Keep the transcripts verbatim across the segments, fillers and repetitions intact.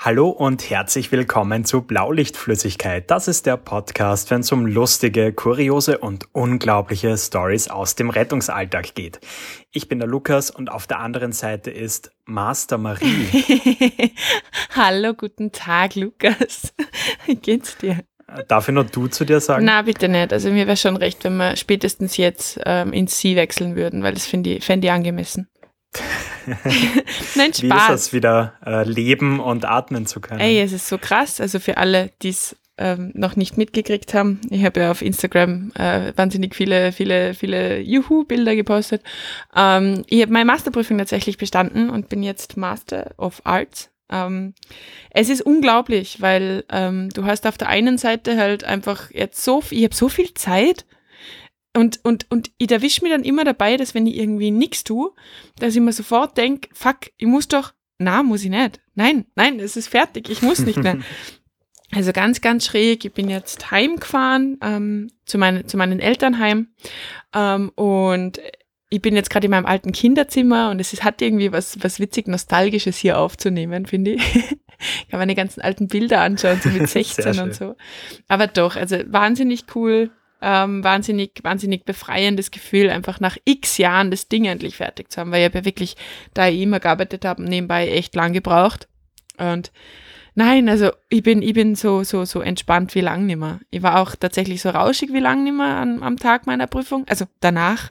Hallo und herzlich willkommen zu Blaulichtflüssigkeit. Das ist der Podcast, wenn es um lustige, kuriose und unglaubliche Stories aus dem Rettungsalltag geht. Ich bin der Lukas und auf der anderen Seite ist Master Marie. Hallo, guten Tag, Lukas. Wie geht's dir? Darf ich noch du zu dir sagen? Na, bitte nicht. Also mir wäre schon recht, wenn wir spätestens jetzt ähm, ins Sie wechseln würden, weil das finde ich, fänd ich angemessen. Nein, Spaß. Wie ist das wieder, äh, leben und atmen zu können? Ey, es ist so krass. Also für alle, die es ähm, noch nicht mitgekriegt haben, ich habe ja auf Instagram äh, wahnsinnig viele, viele, viele Juhu-Bilder gepostet. Ähm, ich habe meine Masterprüfung tatsächlich bestanden und bin jetzt Master of Arts. Ähm, es ist unglaublich, weil ähm, du hast auf der einen Seite halt einfach jetzt so, ich habe so viel Zeit. Und, und, und ich erwische mich dann immer dabei, dass wenn ich irgendwie nichts tue, dass ich mir sofort denke, fuck, ich muss doch, na, muss ich nicht. Nein, nein, es ist fertig, ich muss nicht mehr. Also ganz, ganz schräg. Ich bin jetzt heimgefahren, ähm, zu, meine, zu meinen Eltern heim. Ähm, und ich bin jetzt gerade in meinem alten Kinderzimmer und es ist, hat irgendwie was, was witzig Nostalgisches hier aufzunehmen, finde ich. Ich kann meine ganzen alten Bilder anschauen, so mit sechzehn und so. Aber doch, also wahnsinnig cool. Ähm, wahnsinnig, wahnsinnig befreiendes Gefühl, einfach nach x Jahren das Ding endlich fertig zu haben, weil ich habe ja wirklich, da ich immer gearbeitet habe, nebenbei echt lang gebraucht. Und nein, also ich bin, ich bin so, so, so entspannt wie lang nimmer. Ich war auch tatsächlich so rauschig wie lang nimmer am, am Tag meiner Prüfung, also danach.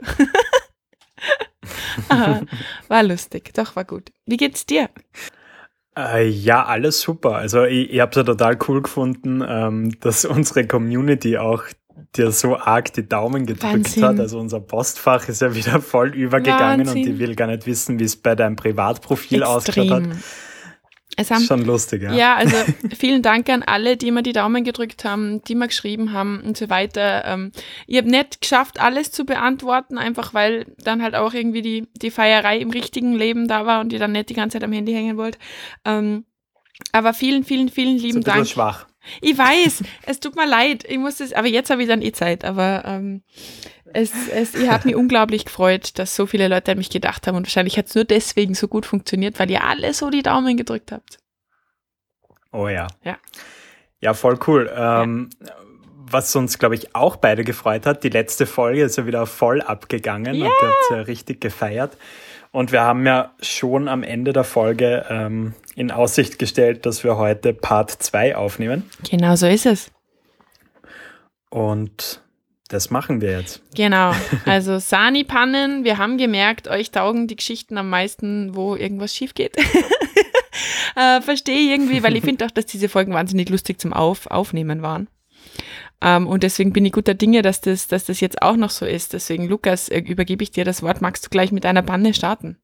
War lustig, doch, war gut. Wie geht's dir? Äh, ja, alles super. Also ich, ich habe es ja total cool gefunden, ähm, dass unsere Community auch dir so arg die Daumen gedrückt Wahnsinn. hat. Also unser Postfach ist ja wieder voll übergegangen. Wahnsinn. Und ich will gar nicht wissen, wie es bei deinem Privatprofil ausgeschaut hat. Extrem. Es haben, Schon lustig, ja. Ja, also vielen Dank an alle, die mir die Daumen gedrückt haben, die mir geschrieben haben und so weiter. Ähm, ich habe nicht geschafft, alles zu beantworten, einfach weil dann halt auch irgendwie die, die Feierei im richtigen Leben da war und ich dann nicht die ganze Zeit am Handy hängen wollte. Ähm, aber vielen, vielen, vielen lieben so ein bisschen Dank. schwach. Ich weiß, es tut mir leid, ich muss es, aber jetzt habe ich dann eh Zeit, aber ähm, es, es, ich habe mich unglaublich gefreut, dass so viele Leute an mich gedacht haben und wahrscheinlich hat es nur deswegen so gut funktioniert, weil ihr alle so die Daumen gedrückt habt. Oh ja. Ja. Ja, voll cool. Ähm, ja. Was uns, glaube ich, auch beide gefreut hat, die letzte Folge ist ja wieder voll abgegangen Yeah. und ihr habt ja richtig gefeiert. Und wir haben ja schon am Ende der Folge ähm, in Aussicht gestellt, dass wir heute Part zwei aufnehmen. Genau so ist es. Und das machen wir jetzt. Genau, also Sani-Pannen, wir haben gemerkt, euch taugen die Geschichten am meisten, wo irgendwas schief geht. äh, Verstehe ich irgendwie, weil ich finde auch, dass diese Folgen wahnsinnig lustig zum Auf- Aufnehmen waren. Um, und deswegen bin ich guter Dinge, dass das, dass das jetzt auch noch so ist. Deswegen, Lukas, äh, übergebe ich dir das Wort. Magst du gleich mit einer Panne starten?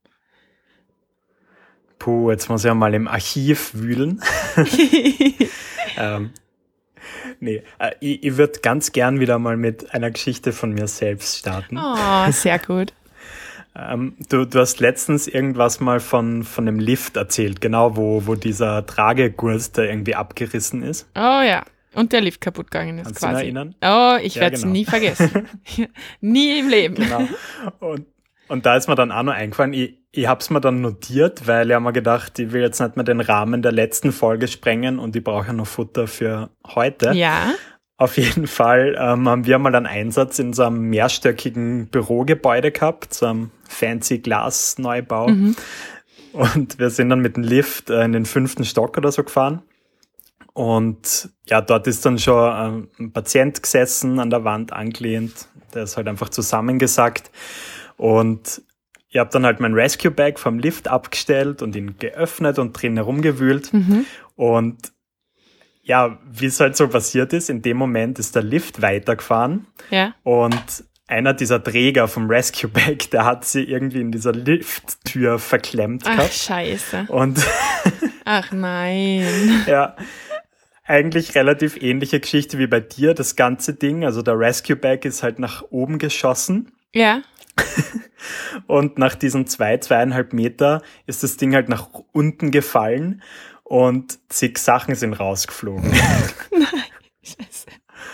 Puh, jetzt muss ich ja mal im Archiv wühlen. ähm, nee, äh, ich, ich würde ganz gern wieder mal mit einer Geschichte von mir selbst starten. Oh, sehr gut. ähm, du, du hast letztens irgendwas mal von, von einem Lift erzählt, genau, wo, wo dieser Tragegurt da irgendwie abgerissen ist. Oh ja. Und der Lift kaputt gegangen ist. Kannst quasi. du dich erinnern? Oh, ich Ja, werde es genau. nie vergessen. Nie im Leben. Genau. Und, und da ist mir dann auch noch eingefallen, ich, ich habe es mir dann notiert, weil ich habe mir gedacht, ich will jetzt nicht mehr den Rahmen der letzten Folge sprengen und ich brauche ja noch Futter für heute. Ja. Auf jeden Fall ähm, haben wir mal einen Einsatz in so einem mehrstöckigen Bürogebäude gehabt, so einem fancy Glasneubau. Mhm. Und wir sind dann mit dem Lift äh, in den fünften Stock oder so gefahren. Und ja, dort ist dann schon ein Patient gesessen, an der Wand angelehnt. Der ist halt einfach zusammengesackt. Und ich habe dann halt mein Rescue Bag vom Lift abgestellt und ihn geöffnet und drin herumgewühlt. Mhm. Und ja, wie es halt so passiert ist, in dem Moment ist der Lift weitergefahren. Ja. Und einer dieser Träger vom Rescue Bag, der hat sie irgendwie in dieser Lifttür verklemmt Ach, gehabt. scheiße. Und Ach nein. ja, eigentlich relativ ähnliche Geschichte wie bei dir, das ganze Ding. Also der Rescue Bag ist halt nach oben geschossen. Ja. Und nach diesen zwei, zweieinhalb Meter ist das Ding halt nach unten gefallen und zig Sachen sind rausgeflogen. Nein, scheiße.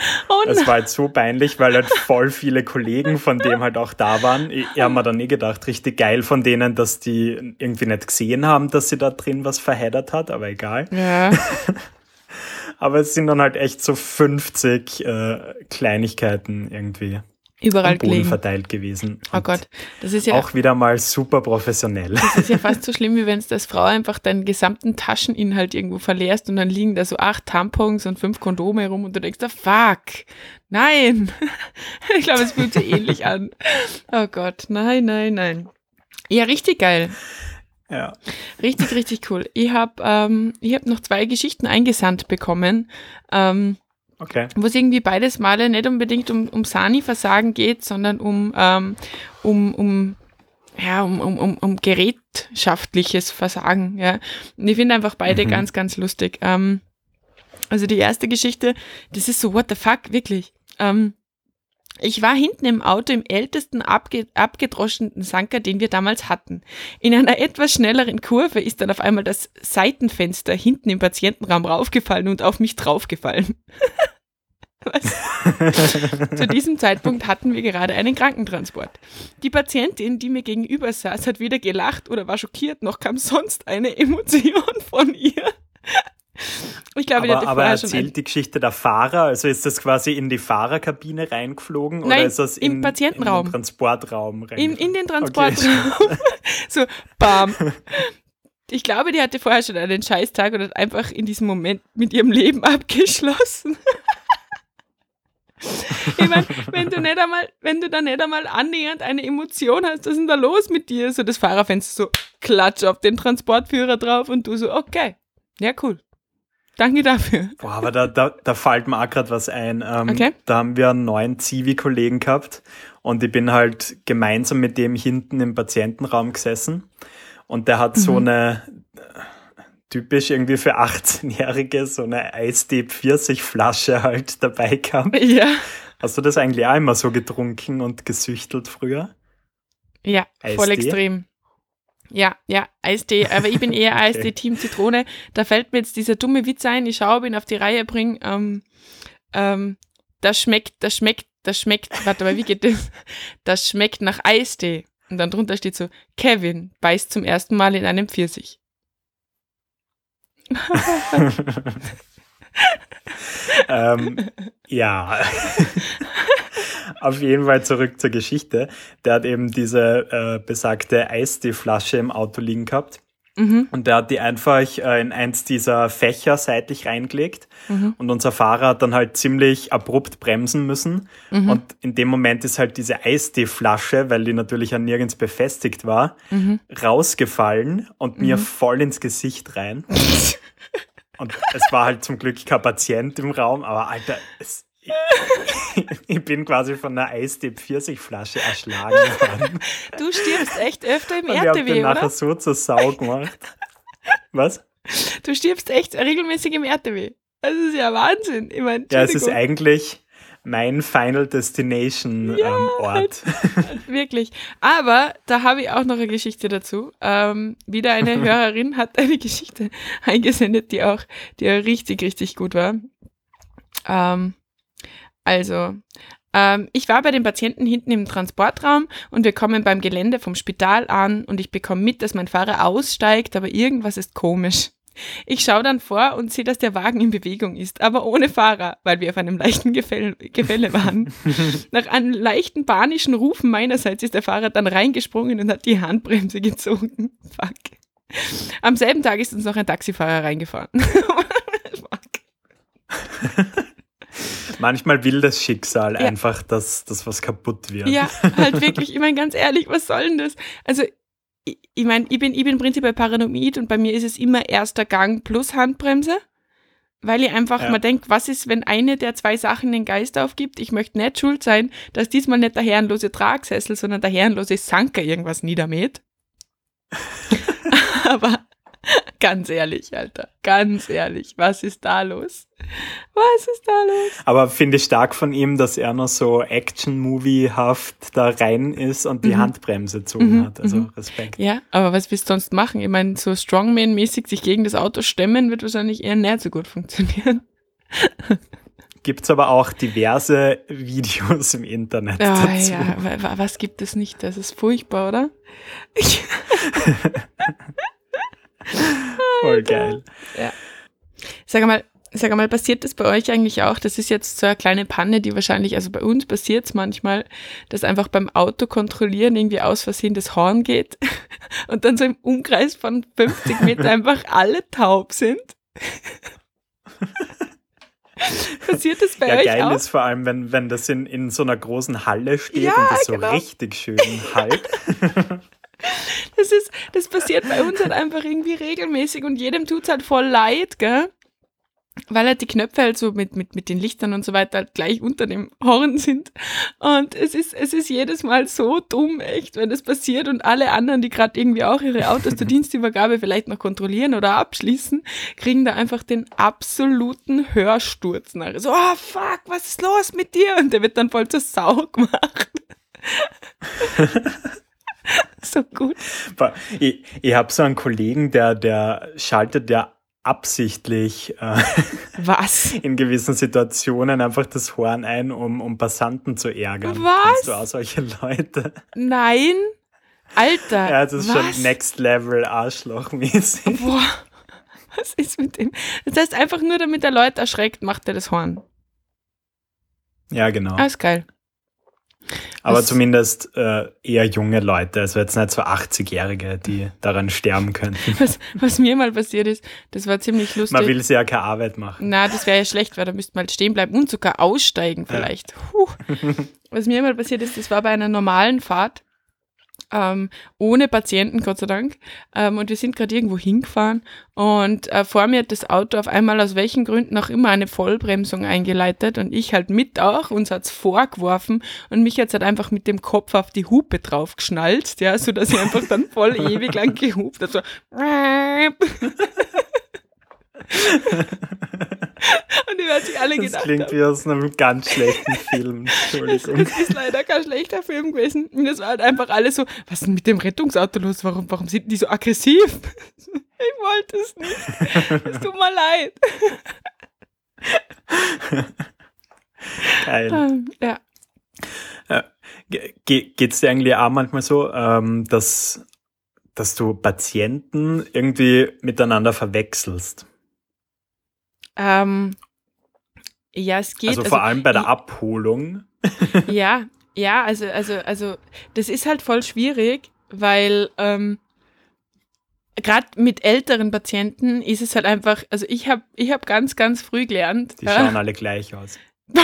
Oh es war halt so peinlich, weil halt voll viele Kollegen von dem halt auch da waren. Ich, ich habe mir dann eh gedacht, richtig geil von denen, dass die irgendwie nicht gesehen haben, dass sie da drin was verheddert hat, aber egal. Ja. Aber es sind dann halt echt so fünfzig äh, Kleinigkeiten irgendwie Überall am Boden gelegen. verteilt gewesen. Oh Und Gott, das ist ja auch wieder mal super professionell. Das ist ja fast so schlimm, wie wenn du als Frau einfach deinen gesamten Tascheninhalt irgendwo verlierst und dann liegen da so acht Tampons und fünf Kondome herum und du denkst, ah, fuck, nein. Ich glaube, es fühlt sich ähnlich an. Oh Gott, nein, nein, nein. Ja, richtig geil. Ja. Richtig, richtig cool. Ich habe ähm, ich hab noch zwei Geschichten eingesandt bekommen, ähm, Okay. wo es irgendwie beides Male nicht unbedingt um, um Sani-Versagen geht, sondern um, ähm, um, um, ja, um, um, um, um gerätschaftliches Versagen. Ja. Und ich finde einfach beide Mhm. ganz, ganz lustig. Ähm, also die erste Geschichte, das ist so, what the fuck, wirklich. Ähm, ich war hinten im Auto im ältesten abge abgedroschenen Sanker, den wir damals hatten. In einer etwas schnelleren Kurve ist dann auf einmal das Seitenfenster hinten im Patientenraum raufgefallen und auf mich draufgefallen. Was? Zu diesem Zeitpunkt hatten wir gerade einen Krankentransport. Die Patientin, die mir gegenüber saß, hat weder gelacht oder war schockiert, noch kam sonst eine Emotion von ihr. Ich glaube, die aber hatte aber vorher schon erzählt ein die Geschichte der Fahrer, also ist das quasi in die Fahrerkabine reingeflogen Nein, oder ist das im in, Patientenraum. in den Transportraum in, reingeflogen? in den Transportraum. So, bam. Ich glaube, die hatte vorher schon einen Scheißtag und hat einfach in diesem Moment mit ihrem Leben abgeschlossen. Ich meine, wenn du nicht einmal, wenn du da nicht einmal annähernd eine Emotion hast, was ist denn da los mit dir? So das Fahrerfenster so klatsch auf den Transportführer drauf und du so, okay, ja cool. Danke dafür. Boah, aber da, da, da fällt mir auch gerade was ein. Ähm, Okay. Da haben wir einen neuen Zivi-Kollegen gehabt und ich bin halt gemeinsam mit dem hinten im Patientenraum gesessen und der hat so eine, äh, typisch irgendwie für achtzehnjährige, so eine Eistee-Pfirsich-Flasche halt dabei gehabt. Ja. Hast du das eigentlich auch immer so getrunken und gesüchtelt früher? Ja, voll Eistee? extrem. Ja, ja, Eistee, aber ich bin eher Okay. Eistee-Team Zitrone. Da fällt mir jetzt dieser dumme Witz ein, ich schaue, ob ich ihn auf die Reihe bringe. Ähm, ähm, das schmeckt, das schmeckt, das schmeckt, warte mal, wie geht das? Das schmeckt nach Eistee. Und dann drunter steht so, Kevin beißt zum ersten Mal in einem Pfirsich. ähm, ja, auf jeden Fall zurück zur Geschichte. Der hat eben diese äh, besagte Eistee-Flasche im Auto liegen gehabt Mhm, und der hat die einfach äh, in eins dieser Fächer seitlich reingelegt mhm, und unser Fahrer hat dann halt ziemlich abrupt bremsen müssen mhm, und in dem Moment ist halt diese Eistee-Flasche, weil die natürlich an nirgends befestigt war, mhm. rausgefallen und mir Mhm. voll ins Gesicht rein. Und es war halt zum Glück kein Patient im Raum, aber Alter, es, ich, ich bin quasi von einer Eistee-Pfirsichflasche erschlagen worden. Du stirbst echt öfter im Und ich hab den R T W, nachher oder? so zur Sau gemacht. Was? Du stirbst echt regelmäßig im R T W. Das ist ja Wahnsinn. Ich meine, Ja, es ist Entschuldigung. eigentlich mein Final Destination Ja, ähm, Ort. Wirklich. Aber da habe ich auch noch eine Geschichte dazu. Ähm, wieder eine Hörerin hat eine Geschichte eingesendet, die auch, die auch richtig, richtig gut war. Ähm, also, ähm, ich war bei den Patienten hinten im Transportraum und wir kommen beim Gelände vom Spital an und ich bekomme mit, dass mein Fahrer aussteigt, aber irgendwas ist komisch. Ich schaue dann vor und sehe, dass der Wagen in Bewegung ist, aber ohne Fahrer, weil wir auf einem leichten Gefälle, Gefälle waren. Nach einem leichten panischen Rufen meinerseits ist der Fahrer dann reingesprungen und hat die Handbremse gezogen. Fuck. Am selben Tag ist uns noch ein Taxifahrer reingefahren. Fuck. Manchmal will das Schicksal Ja. einfach, dass, dass was kaputt wird. Ja, halt wirklich. Ich meine, ganz ehrlich, was soll denn das? Also, ich, ich meine, ich bin, ich bin prinzipiell paranoid und bei mir ist es immer erster Gang plus Handbremse, weil ich einfach Ja. mal denke, was ist, wenn eine der zwei Sachen den Geist aufgibt? Ich möchte nicht schuld sein, dass diesmal nicht der herrenlose Tragsessel, sondern der herrenlose Sanker irgendwas niedermäht. Aber ganz ehrlich, Alter, ganz ehrlich, was ist da los? Was ist da los? Aber finde ich stark von ihm, dass er noch so Action-Movie-haft da rein ist und die Mhm. Handbremse gezogen Mhm, hat. Also mhm. Respekt. Ja, aber was willst du sonst machen? Ich meine, so Strongman-mäßig sich gegen das Auto stemmen, wird wahrscheinlich eher nicht so gut funktionieren. gibt es aber auch diverse Videos im Internet Ja, dazu. ja, wa- wa- was gibt es nicht? Das ist furchtbar, oder? Voll geil. Ja. Sag mal, sag mal, passiert das bei euch eigentlich auch? Das ist jetzt so eine kleine Panne, die wahrscheinlich, also bei uns passiert es manchmal, dass einfach beim Auto kontrollieren irgendwie aus Versehen das Horn geht und dann so im Umkreis von fünfzig Meter einfach alle taub sind. Passiert das bei Ja, euch geil auch? ist vor allem, wenn, wenn das in, in so einer großen Halle steht Ja, und das so genau. richtig schön halt. Das ist, das passiert bei uns halt einfach irgendwie regelmäßig und jedem tut's halt voll leid, gell? Weil halt die Knöpfe halt so mit, mit, mit den Lichtern und so weiter halt gleich unter dem Horn sind. Und es ist, es ist jedes Mal so dumm, echt, wenn das passiert und alle anderen, die gerade irgendwie auch ihre Autos zur Dienstübergabe vielleicht noch kontrollieren oder abschließen, kriegen da einfach den absoluten Hörsturz nach. So, oh fuck, was ist los mit dir? Und der wird dann voll zur Sau gemacht. So gut. Aber Ich, ich habe so einen Kollegen, der, der schaltet ja absichtlich äh, Was? in gewissen Situationen einfach das Horn ein, um, um Passanten zu ärgern. Was? Kennst du auch solche Leute? Nein? Alter, Ja, das ist was? schon Next Level Arschlochmäßig. Boah, was ist mit dem? Das heißt, einfach nur, damit er Leute erschreckt, macht er das Horn. Ja, genau. Ah, ist geil. Aber was- zumindest äh, eher junge Leute, also jetzt nicht so achtzigjährige, die daran sterben könnten. Was, was mir mal passiert ist, das war ziemlich lustig. Man will sie ja keine Arbeit machen. Na, das wäre ja schlecht, weil da müsste man halt stehen bleiben und sogar aussteigen vielleicht. Puh. Was mir mal passiert ist, das war bei einer normalen Fahrt, ähm, ohne Patienten, Gott sei Dank. Ähm, und wir sind gerade irgendwo hingefahren und äh, vor mir hat das Auto auf einmal aus welchen Gründen auch immer eine Vollbremsung eingeleitet und ich halt mit auch, uns hat's vorgeworfen und mich hat's halt einfach mit dem Kopf auf die Hupe draufgeschnallt, ja, sodass ich einfach dann voll ewig lang gehupt habe. So. Und die werden sich alle Das gedacht klingt haben, wie aus einem ganz schlechten Film. das, Entschuldigung. das ist leider kein schlechter Film gewesen. Und das war halt einfach alles so, was ist denn mit dem Rettungsauto los? Warum, warum sind die so aggressiv? Ich wollte es nicht. Es tut mir leid. Geil. Ähm, ja. Ge geht's dir eigentlich auch manchmal so, ähm, dass, dass du Patienten irgendwie miteinander verwechselst? Ähm, ja, es geht. Also vor allem bei der ich- Abholung. Ja, ja, also, also, also, das ist halt voll schwierig, weil ähm, gerade mit älteren Patienten ist es halt einfach, also ich habe ich hab ganz, ganz früh gelernt. Die ja, schauen alle gleich aus.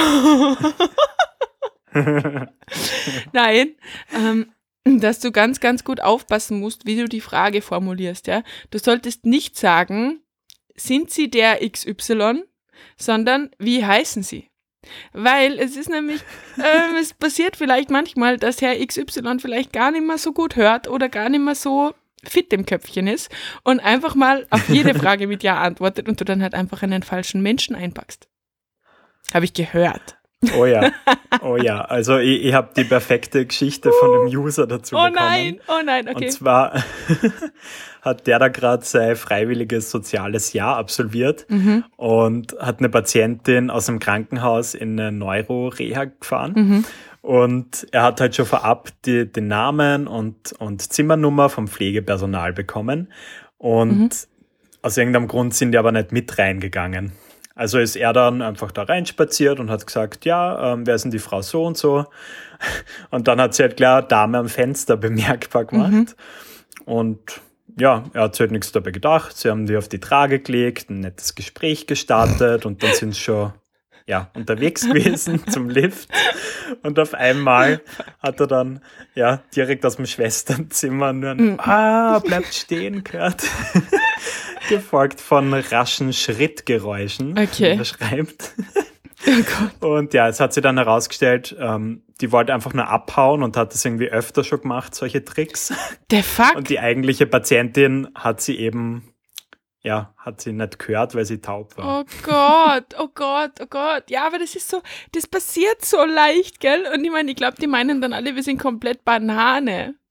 Nein, ähm, dass du ganz, ganz gut aufpassen musst, wie du die Frage formulierst. Ja? Du solltest nicht sagen, sind Sie der X Y, sondern wie heißen Sie? Weil es ist nämlich, ähm, es passiert vielleicht manchmal, dass Herr X Y vielleicht gar nicht mehr so gut hört oder gar nicht mehr so fit im Köpfchen ist und einfach mal auf jede Frage mit Ja antwortet und du dann halt einfach einen falschen Menschen einpackst. Habe ich gehört. Oh ja, oh ja. Also ich, ich habe die perfekte Geschichte von dem User dazu Oh bekommen. nein, oh nein, okay. Und zwar hat der da gerade sein freiwilliges soziales Jahr absolviert Mhm. und hat eine Patientin aus dem Krankenhaus in eine Neuro-Reha gefahren. Mhm. Und er hat halt schon vorab die, den Namen und, und Zimmernummer vom Pflegepersonal bekommen. Und Mhm. aus irgendeinem Grund sind die aber nicht mit reingegangen. Also ist er dann einfach da reinspaziert und hat gesagt, ja, ähm, wer ist denn die Frau so und so? Und dann hat sie halt klar Dame am Fenster bemerkbar gemacht. Mhm. Und ja, er hat sich halt nichts dabei gedacht. Sie haben die auf die Trage gelegt, ein nettes Gespräch gestartet und dann sind sie schon ja, unterwegs gewesen zum Lift. Und auf einmal hat er dann ja direkt aus dem Schwesternzimmer nur ein Mhm. Ah, bleibt stehen gehört. Gefolgt von raschen Schrittgeräuschen, Okay. wie er schreibt. Oh Gott. Und ja, es hat sich dann herausgestellt, ähm, die wollte einfach nur abhauen und hat das irgendwie öfter schon gemacht, solche Tricks. Der Fuck. Und die eigentliche Patientin hat sie eben, ja, hat sie nicht gehört, weil sie taub war. Oh Gott, oh Gott, oh Gott. Ja, aber das ist so, das passiert so leicht, gell? Und ich meine, ich glaube, die meinen dann alle, wir sind komplett Banane.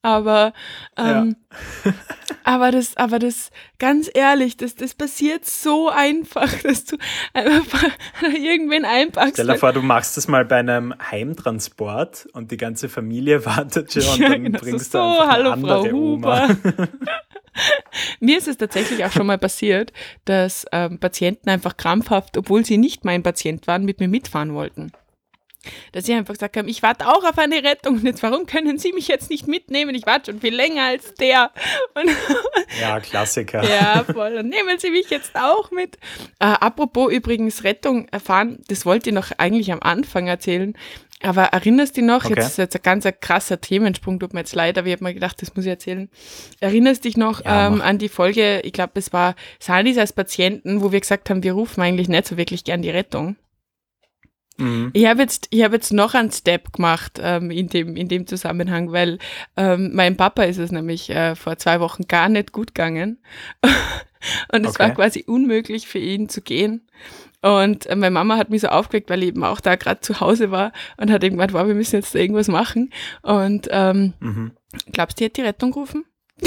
aber ähm, Ja. aber das, aber das, ganz ehrlich, das, das passiert so einfach, dass du einfach irgendwen einpackst. Stell dir vor, du machst das mal bei einem Heimtransport und die ganze Familie wartet schon und Ja, dann genau, bringst so, du einfach hallo, eine Frau andere Huber. Oma. Mir ist es tatsächlich auch schon mal passiert, dass ähm, Patienten einfach krampfhaft, obwohl sie nicht mein Patient waren, mit mir mitfahren wollten. Dass sie einfach gesagt haben, ich warte auch auf eine Rettung und jetzt, warum können Sie mich jetzt nicht mitnehmen? Ich warte schon viel länger als der. Und Ja, Klassiker. ja, voll. Dann nehmen Sie mich jetzt auch mit. Äh, apropos übrigens Rettung erfahren, das wollte ich noch eigentlich am Anfang erzählen. Aber erinnerst du dich noch, Okay. jetzt ist jetzt ein ganz ein krasser Themensprung, tut mir jetzt leid, aber ich habe mir gedacht, das muss ich erzählen. Erinnerst dich noch Ja, ähm, mach. an die Folge, ich glaube, es war Sandis als Patienten, wo wir gesagt haben, wir rufen eigentlich nicht so wirklich gern die Rettung. Mhm. Ich habe jetzt, ich habe jetzt noch einen Step gemacht ähm, in dem, in dem Zusammenhang, weil ähm, meinem Papa ist es nämlich äh, vor zwei Wochen gar nicht gut gegangen. Und es Okay. war quasi unmöglich für ihn zu gehen. Und äh, meine Mama hat mich so aufgeweckt, weil ich eben auch da gerade zu Hause war und hat eben gemeint, wow, wir müssen jetzt da irgendwas machen. Und ähm, Mhm. glaubst du, die hat die Rettung gerufen?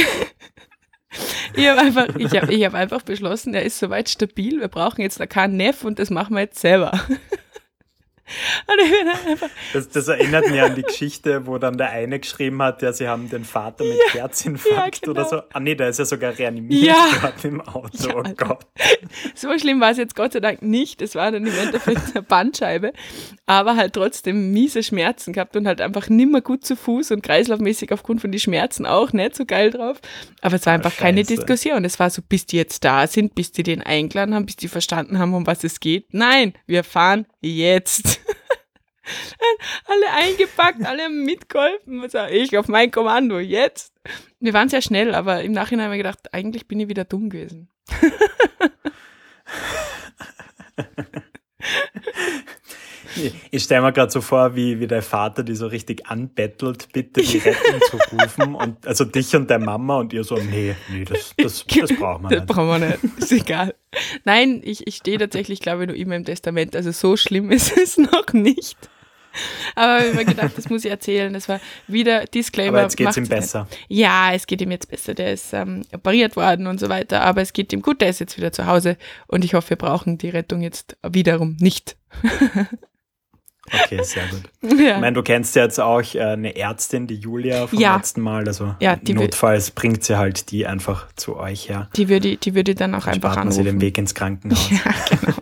Ich habe einfach, ich hab, ich hab einfach beschlossen, er ist soweit stabil, wir brauchen jetzt da keinen Neff und das machen wir jetzt selber. Und ich bin dann einfach, Das, das erinnert mich an die Geschichte, wo dann der eine geschrieben hat, ja, sie haben den Vater mit Herzinfarkt ja, genau. oder so. Ah nee, der ist ja sogar reanimiert Ja. worden im Auto. Ja, Oh Alter. Gott. so schlimm war es jetzt Gott sei Dank nicht. Es war dann im Endeffekt eine Bandscheibe, aber halt trotzdem miese Schmerzen gehabt und halt einfach nimmer gut zu Fuß und kreislaufmäßig aufgrund von den Schmerzen auch nicht so geil drauf. Aber es war einfach keine Scheiße. Diskussion. Es war so, bis die jetzt da sind, bis die den eingeladen haben, bis die verstanden haben, um was es geht. Nein, wir fahren jetzt. Alle eingepackt, alle haben mitgeholfen. Also ich auf mein Kommando, jetzt. Wir waren sehr schnell, aber im Nachhinein haben wir gedacht, eigentlich bin ich wieder dumm gewesen. Ich stelle mir gerade so vor, wie, wie der Vater die so richtig anbettelt, bitte die Rettung zu rufen. Und, also dich und der Mama und ihr so, nee, nee, das, das, das brauchen wir Das nicht. brauchen wir nicht. Ist egal. Nein, ich, ich stehe tatsächlich, glaube ich, noch immer im Testament. Also so schlimm ist es noch nicht. Aber ich habe mir gedacht, das muss ich erzählen. Das war wieder Disclaimer. Aber jetzt geht's macht's ihm nicht. besser. Ja, es geht ihm jetzt besser. Der ist ähm, operiert worden und so weiter. Aber es geht ihm gut. Der ist jetzt wieder zu Hause. Und ich hoffe, wir brauchen die Rettung jetzt wiederum nicht. Okay, sehr gut. Ja. Ich meine, du kennst ja jetzt auch äh, eine Ärztin, die Julia vom Ja. letzten Mal. Also Ja, die will- notfalls bringt sie halt die einfach zu euch her. Die würde, die würde ich dann auch Dann einfach spart man sie den anrufen. Weg ins Krankenhaus. Ja, genau.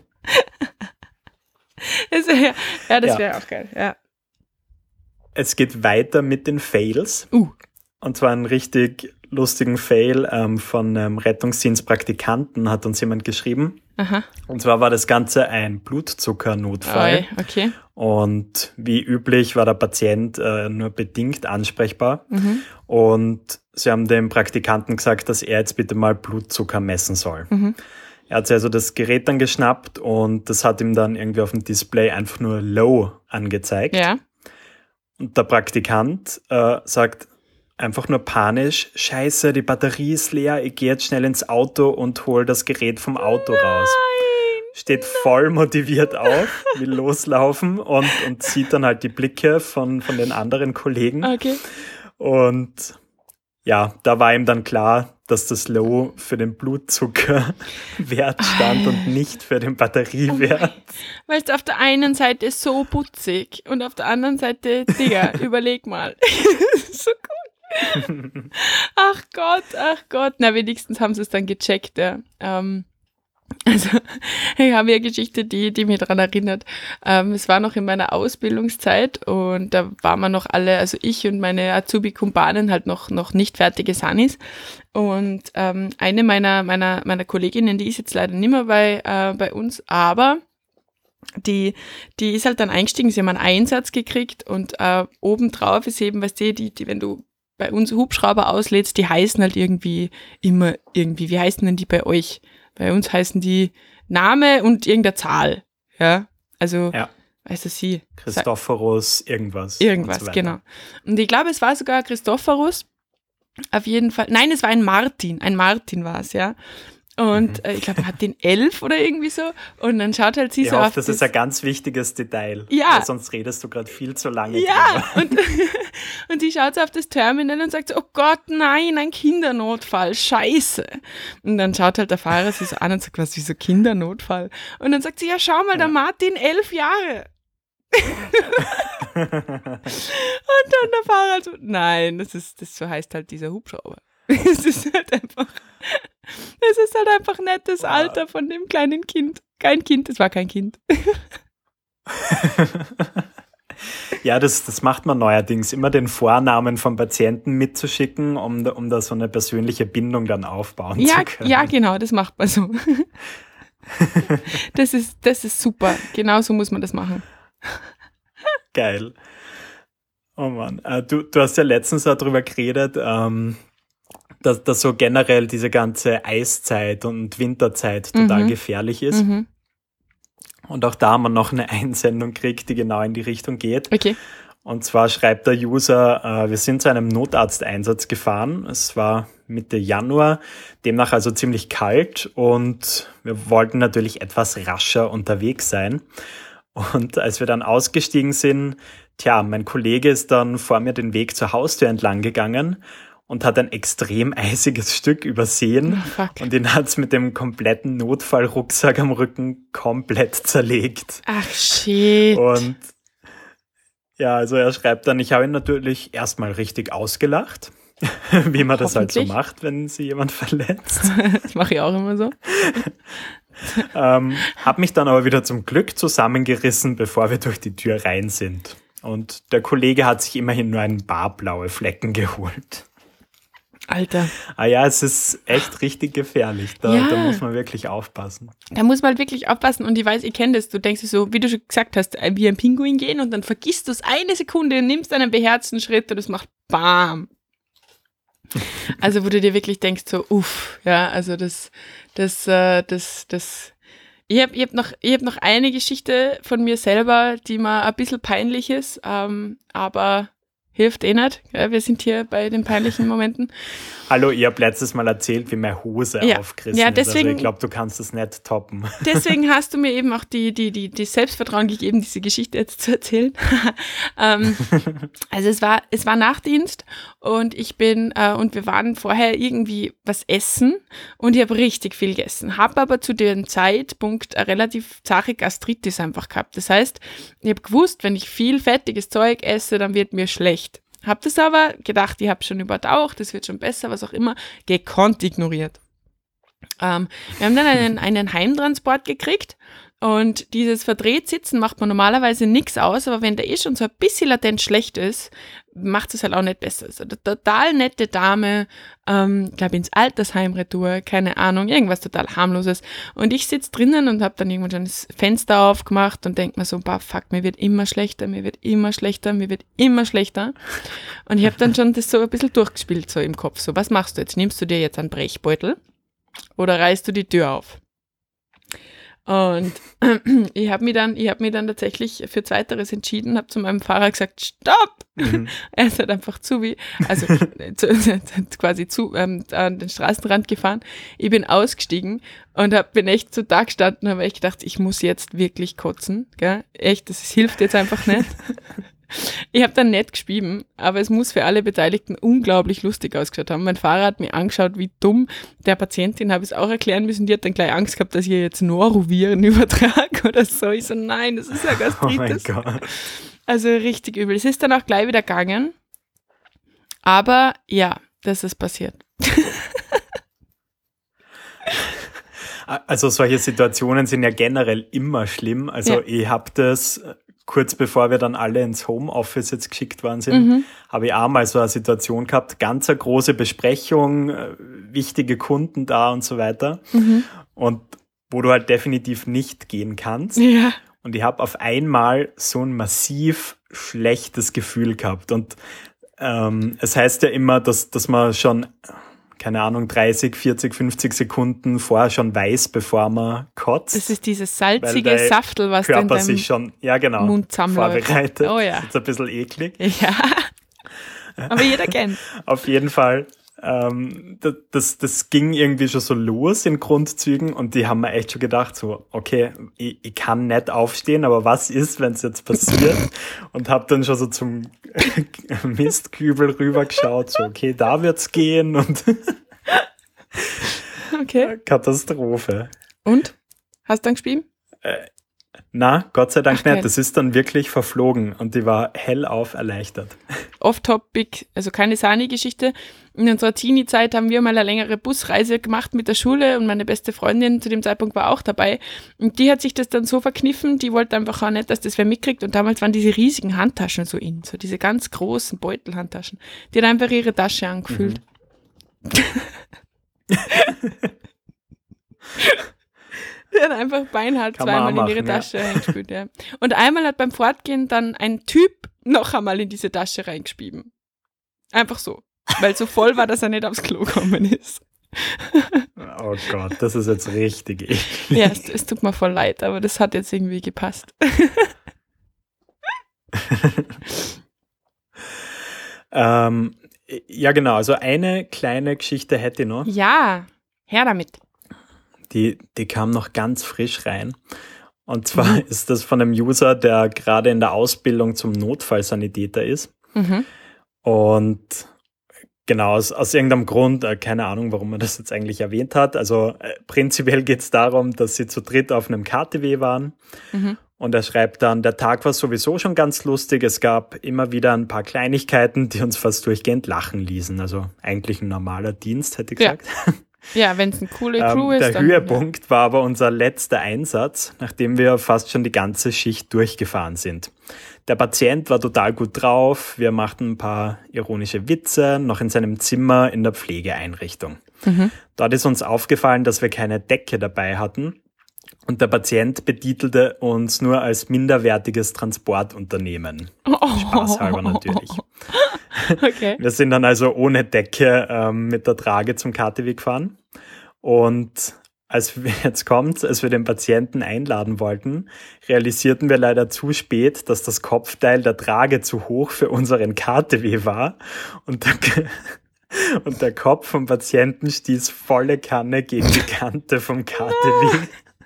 Das wär, ja, das Ja. wäre auch geil. Ja. Es geht weiter mit den Fails. Uh. Und zwar einen richtig lustigen Fail ähm, von einem Rettungsdienstpraktikanten hat uns jemand geschrieben. Aha. Und zwar war das Ganze ein Blutzuckernotfall. Oi, okay. Und wie üblich war der Patient äh, nur bedingt ansprechbar. Mhm. Und sie haben dem Praktikanten gesagt, dass er jetzt bitte mal Blutzucker messen soll. Mhm. Er hat sich also das Gerät dann geschnappt und das hat ihm dann irgendwie auf dem Display einfach nur Low angezeigt. Ja. Und der Praktikant äh, sagt einfach nur panisch, Scheiße, die Batterie ist leer, ich gehe jetzt schnell ins Auto und hol das Gerät vom Auto raus. Steht voll motiviert auf, will loslaufen und, und sieht dann halt die Blicke von, von den anderen Kollegen. Okay. Und ja, da war ihm dann klar, dass das Low für den Blutzuckerwert stand und nicht für den Batteriewert. Weil es auf der einen Seite ist so putzig und auf der anderen Seite, Digga, überleg mal. So gut. Ach Gott, ach Gott. Na, wenigstens haben sie es dann gecheckt, ja. Ähm, also, ich habe eine Geschichte, die, die mich daran erinnert. Ähm, es war noch in meiner Ausbildungszeit und da waren wir noch alle, also ich und meine Azubi-Kumpanen halt noch, noch nicht fertige Sanis. Und ähm, eine meiner, meiner, meiner Kolleginnen, die ist jetzt leider nicht mehr bei, äh, bei uns, aber die, die ist halt dann eingestiegen, sie haben einen Einsatz gekriegt und äh, obendrauf ist eben, weißt du, die, die, wenn du bei uns Hubschrauber auslädst, die heißen halt irgendwie immer irgendwie, wie heißen denn die bei euch? Bei uns heißen die Name und irgendeine Zahl, ja, also, Ja. weißt du, sie. Christophorus, irgendwas. Irgendwas, und so weiter. genau. Und ich glaube, es war sogar Christophorus, auf jeden Fall, nein, es war ein Martin, ein Martin war es, ja. Und äh, ich glaube, er hat den elf oder irgendwie so. Und dann schaut halt sie ich so hoffe, auf das, das ist ein ganz wichtiges Detail. Ja. Weil sonst redest du gerade viel zu lange Ja, drüber. und, und die schaut so auf das Terminal und sagt so, oh Gott, nein, ein Kindernotfall, scheiße. Und dann schaut halt der Fahrer sie so an und sagt, was, wieso Kindernotfall? Und dann sagt sie, ja, schau mal, der Martin, elf Jahre. Und dann der Fahrer so, nein, das ist, das so heißt halt dieser Hubschrauber. Es ist halt einfach, es ist halt einfach nicht das Alter von dem kleinen Kind. Kein Kind, es war kein Kind. Ja, das, das macht man neuerdings, immer den Vornamen vom Patienten mitzuschicken, um, um da so eine persönliche Bindung dann aufbauen Ja, zu können. ja, genau, das macht man so. Das ist, das ist super. Genau so muss man das machen. Geil. Oh Mann. Äh, du, du hast ja letztens darüber geredet, ähm, dass, dass so generell diese ganze Eiszeit und Winterzeit total Mhm. gefährlich ist. Mhm. Und auch da haben wir noch eine Einsendung gekriegt, die genau in die Richtung geht. Okay. Und zwar schreibt der User, äh, wir sind zu einem Notarzteinsatz gefahren. Es war Mitte Januar, demnach also ziemlich kalt und wir wollten natürlich etwas rascher unterwegs sein. Und als wir dann ausgestiegen sind, tja, mein Kollege ist dann vor mir den Weg zur Haustür entlang gegangen und hat ein extrem eisiges Stück übersehen. Oh, fuck. Und ihn hat's mit dem kompletten Notfallrucksack am Rücken komplett zerlegt. Ach, shit. Und ja, also er schreibt dann, ich habe ihn natürlich erstmal richtig ausgelacht, wie man das halt so Hoffentlich. macht, wenn sie jemand verletzt. Das mache ich auch immer so. ähm, hab mich dann aber wieder zum Glück zusammengerissen, bevor wir durch die Tür rein sind. Und der Kollege hat sich immerhin nur ein paar blaue Flecken geholt. Alter. Ah ja, es ist echt richtig gefährlich. Da, Ja. da muss man wirklich aufpassen. Da muss man halt wirklich aufpassen und ich weiß, ich kenne das. Du denkst dir so, wie du schon gesagt hast, wie ein Pinguin gehen und dann vergisst du es eine Sekunde, nimmst einen beherzten Schritt und es macht BAM. Also wo du dir wirklich denkst so, uff, ja, also das, das, äh, das, das. Ich habe ich hab noch, ich hab noch eine Geschichte von mir selber, die mir ein bisschen peinlich ist, ähm, aber hilft eh nicht. Ja, wir sind hier bei den peinlichen Momenten. Hallo, ihr habt letztes Mal erzählt, wie meine Hose Ja. aufgerissen Ja, ist. deswegen- Also ich glaube, du kannst das nicht toppen. Deswegen hast du mir eben auch die, die, die, die Selbstvertrauen gegeben, diese Geschichte jetzt zu erzählen. ähm, also es war, es war Nachtdienst und ich bin, äh, und wir waren vorher irgendwie was essen und ich habe richtig viel gegessen. Habe aber zu dem Zeitpunkt eine relativ zache Gastritis einfach gehabt. Das heißt, ich habe gewusst, wenn ich viel fettiges Zeug esse, dann wird mir schlecht. Habe das aber gedacht, ich habe schon übertaucht, das wird schon besser, was auch immer, gekonnt ignoriert. Ähm, wir haben dann einen, einen Heimtransport gekriegt und dieses verdreht Sitzen macht man normalerweise nichts aus, aber wenn der eh schon so ein bisschen latent schlecht ist, macht es halt auch nicht besser. Also eine total nette Dame, ähm, glaube ins Altersheim retour, keine Ahnung, irgendwas total harmloses. Und ich sitze drinnen und habe dann irgendwann schon das Fenster aufgemacht und denke mir so, bah, fuck, mir wird immer schlechter, mir wird immer schlechter, mir wird immer schlechter. Und ich habe dann schon das so ein bisschen durchgespielt so im Kopf. So, was machst du jetzt? Nimmst du dir jetzt einen Brechbeutel? Oder reißt du die Tür auf? Und ich habe mich dann, ich habe mich dann tatsächlich für Zweiteres entschieden, habe zu meinem Fahrer gesagt, stopp! Mhm. Er ist halt einfach zu wie, also zu, quasi zu ähm, an den Straßenrand gefahren. Ich bin ausgestiegen und hab, bin echt so da gestanden, habe echt gedacht, ich muss jetzt wirklich kotzen, gell? Echt, das hilft jetzt einfach nicht. Ich habe dann nett gespieben, aber es muss für alle Beteiligten unglaublich lustig ausgeschaut haben. Mein Fahrer hat mir angeschaut, wie dumm. Der Patientin habe ich es auch erklären müssen, die hat dann gleich Angst gehabt, dass ich ihr jetzt Noroviren übertrage oder so. Ich so, nein, das ist ja Oh mein Gastritis. Gott. Also richtig übel. Es ist dann auch gleich wieder gegangen, aber ja, das ist passiert. Also solche Situationen sind ja generell immer schlimm. Also Ja. ich habe das, kurz bevor wir dann alle ins Homeoffice jetzt geschickt worden sind, Mhm. habe ich auch mal so eine Situation gehabt, ganz eine große Besprechung, äh, wichtige Kunden da und so weiter. Mhm. Und wo du halt definitiv nicht gehen kannst. Ja. Und ich habe auf einmal so ein massiv schlechtes Gefühl gehabt. Und ähm, es heißt ja immer, dass, dass man schon, keine Ahnung, dreißig, vierzig, fünfzig Sekunden vorher schon weiß, bevor man kotzt. Das ist dieses weil salzige der Saftel, was da in Körper deinem sich schon, ja genau, Mund zusammenläuft. vorbereitet. Oh ja. Das ist ein bisschen eklig. Ja. Aber jeder kennt. Auf jeden Fall ähm, das, das, das ging irgendwie schon so los in Grundzügen und die haben mir echt schon gedacht, so, okay, ich, ich kann nicht aufstehen, aber was ist, wenn es jetzt passiert? Und habe dann schon so zum Mistkübel rübergeschaut, so, okay, da wird's gehen und Okay. Katastrophe. Und? Hast du dann gespielt? Äh, na, Gott sei Dank Ach, nicht. geil. Das ist dann wirklich verflogen und die war hellauf erleichtert. Off-Topic, also keine Sani-Geschichte. In unserer Teenie-Zeit haben wir mal eine längere Busreise gemacht mit der Schule und meine beste Freundin zu dem Zeitpunkt war auch dabei. Und die hat sich das dann so verkniffen, die wollte einfach auch nicht, dass das wer mitkriegt. Und damals waren diese riesigen Handtaschen so in, so diese ganz großen Beutelhandtaschen. Die hat einfach ihre Tasche angefüllt. Mhm. Die hat einfach beinhart Kann man zweimal auch machen, in ihre ja. Tasche reingespült. Ja. Und einmal hat beim Fortgehen dann ein Typ noch einmal in diese Tasche reingespielt. Einfach so. Weil so voll war, dass er nicht aufs Klo gekommen ist. Oh Gott, das ist jetzt richtig eklig. Ja, es, es tut mir voll leid, aber das hat jetzt irgendwie gepasst. ähm, ja, genau. Also eine kleine Geschichte hätte ich noch. Ja, her damit. Die, die kam noch ganz frisch rein. Und zwar mhm. ist das von einem User, der gerade in der Ausbildung zum Notfallsanitäter ist. Mhm. Und genau, aus, aus irgendeinem Grund, äh, keine Ahnung, warum er das jetzt eigentlich erwähnt hat. Also äh, prinzipiell geht es darum, dass sie zu dritt auf einem K T W waren. Mhm. Und er schreibt dann, der Tag war sowieso schon ganz lustig. Es gab immer wieder ein paar Kleinigkeiten, die uns fast durchgehend lachen ließen. Also eigentlich ein normaler Dienst, hätte ich gesagt. Ja. Ja, wenn es eine coole Crew ähm, ist. Der dann, Höhepunkt ja. war aber unser letzter Einsatz, nachdem wir fast schon die ganze Schicht durchgefahren sind. Der Patient war total gut drauf, wir machten ein paar ironische Witze, noch in seinem Zimmer in der Pflegeeinrichtung. Mhm. Dort ist uns aufgefallen, dass wir keine Decke dabei hatten und der Patient betitelte uns nur als minderwertiges Transportunternehmen. Oh. Spaßhalber natürlich. Okay. Wir sind dann also ohne Decke ähm, mit der Trage zum K T W gefahren und als wir jetzt kommt, als wir den Patienten einladen wollten, realisierten wir leider zu spät, dass das Kopfteil der Trage zu hoch für unseren K T W war und der, und der Kopf vom Patienten stieß volle Kanne gegen die Kante vom K T W.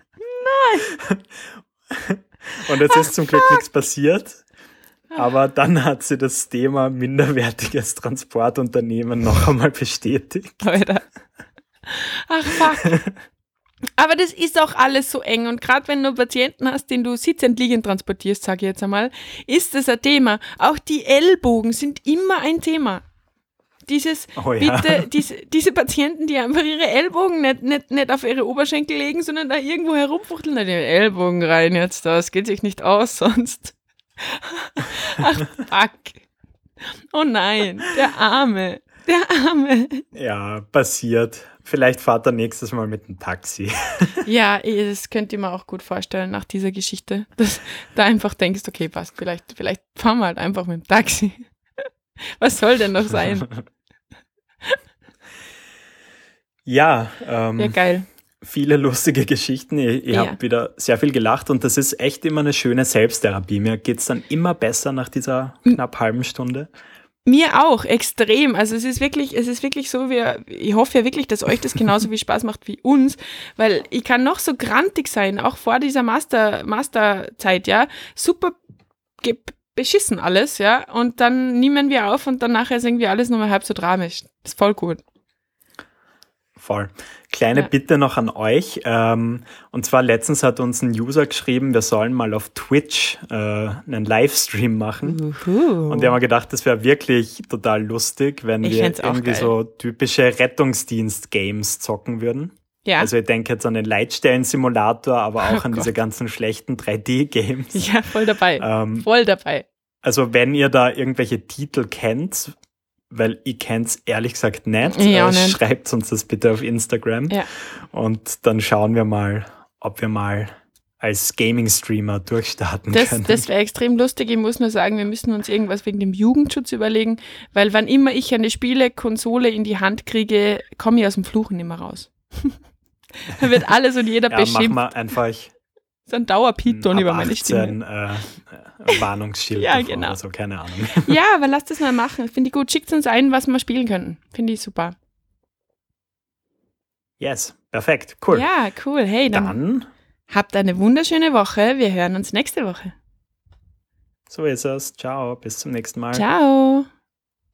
Nein! Und es ist zum Glück nichts passiert. Aber dann hat sie das Thema minderwertiges Transportunternehmen noch einmal bestätigt. Alter. Ach, fuck. Aber das ist auch alles so eng. Und gerade wenn du Patienten hast, den du sitzend liegend transportierst, sage ich jetzt einmal, ist das ein Thema. Auch die Ellbogen sind immer ein Thema. Dieses, oh ja. bitte, diese, diese Patienten, die einfach ihre Ellbogen nicht, nicht, nicht auf ihre Oberschenkel legen, sondern da irgendwo herumfuchteln, da die Ellbogen rein jetzt, das geht sich nicht aus sonst. Ach, fuck. Oh nein, der Arme, der Arme. Ja, passiert. Vielleicht fahrt er nächstes Mal mit dem Taxi. Ja, das könnte ich mir auch gut vorstellen nach dieser Geschichte, dass du einfach denkst, okay, passt, vielleicht, vielleicht fahren wir halt einfach mit dem Taxi. Was soll denn noch sein? Ja, ähm, ja, geil. Viele lustige Geschichten. Ihr, ihr ja. habt wieder sehr viel gelacht und das ist echt immer eine schöne Selbsttherapie. Mir geht's dann immer besser nach dieser knapp halben Stunde. Mir auch, extrem. Also es ist wirklich, es ist wirklich so, wir, ich hoffe ja wirklich, dass euch das genauso viel Spaß macht wie uns, weil ich kann noch so grantig sein, auch vor dieser Master, Masterzeit, ja, super ge- beschissen alles, ja, und dann nehmen wir auf und dann nachher ist irgendwie alles nochmal halb so dramatisch. Das ist voll gut. Voll. Kleine ja. Bitte noch an euch. Ähm, und zwar letztens hat uns ein User geschrieben, wir sollen mal auf Twitch äh, einen Livestream machen. Uhu. Und wir haben gedacht, das wäre wirklich total lustig, wenn Ich wir fänd's auch irgendwie geil. so typische Rettungsdienst-Games zocken würden. Ja. Also ich denke jetzt an den Leitstellen-Simulator, aber auch Oh an Gott. diese ganzen schlechten drei D-Games. Ja, voll dabei. Ähm, voll dabei. Also wenn ihr da irgendwelche Titel kennt, weil ich kenn's ehrlich gesagt nicht, Ja, äh, nicht. schreibt uns das bitte auf Instagram Ja. und dann schauen wir mal, ob wir mal als Gaming-Streamer durchstarten Das, können. das wäre extrem lustig. Ich muss nur sagen, wir müssen uns irgendwas wegen dem Jugendschutz überlegen, weil wann immer ich eine Spielekonsole in die Hand kriege, komme ich aus dem Fluchen nicht mehr raus. Da wird alles und jeder ja, machen beschimpft. wir einfach So ein Dauerpiepton ab über meine achtzehn, Stimme. Äh, Warnungsschild Ja, davor genau. oder so, keine Ahnung. Ja, aber lasst das mal machen. Finde ich gut. Schickt uns ein, was wir spielen könnten. Finde ich super. Yes, perfekt, cool. Ja, cool. Hey, dann, Dann, habt eine wunderschöne Woche. Wir hören uns nächste Woche. so ist es. Ciao, bis zum nächsten Mal. Ciao.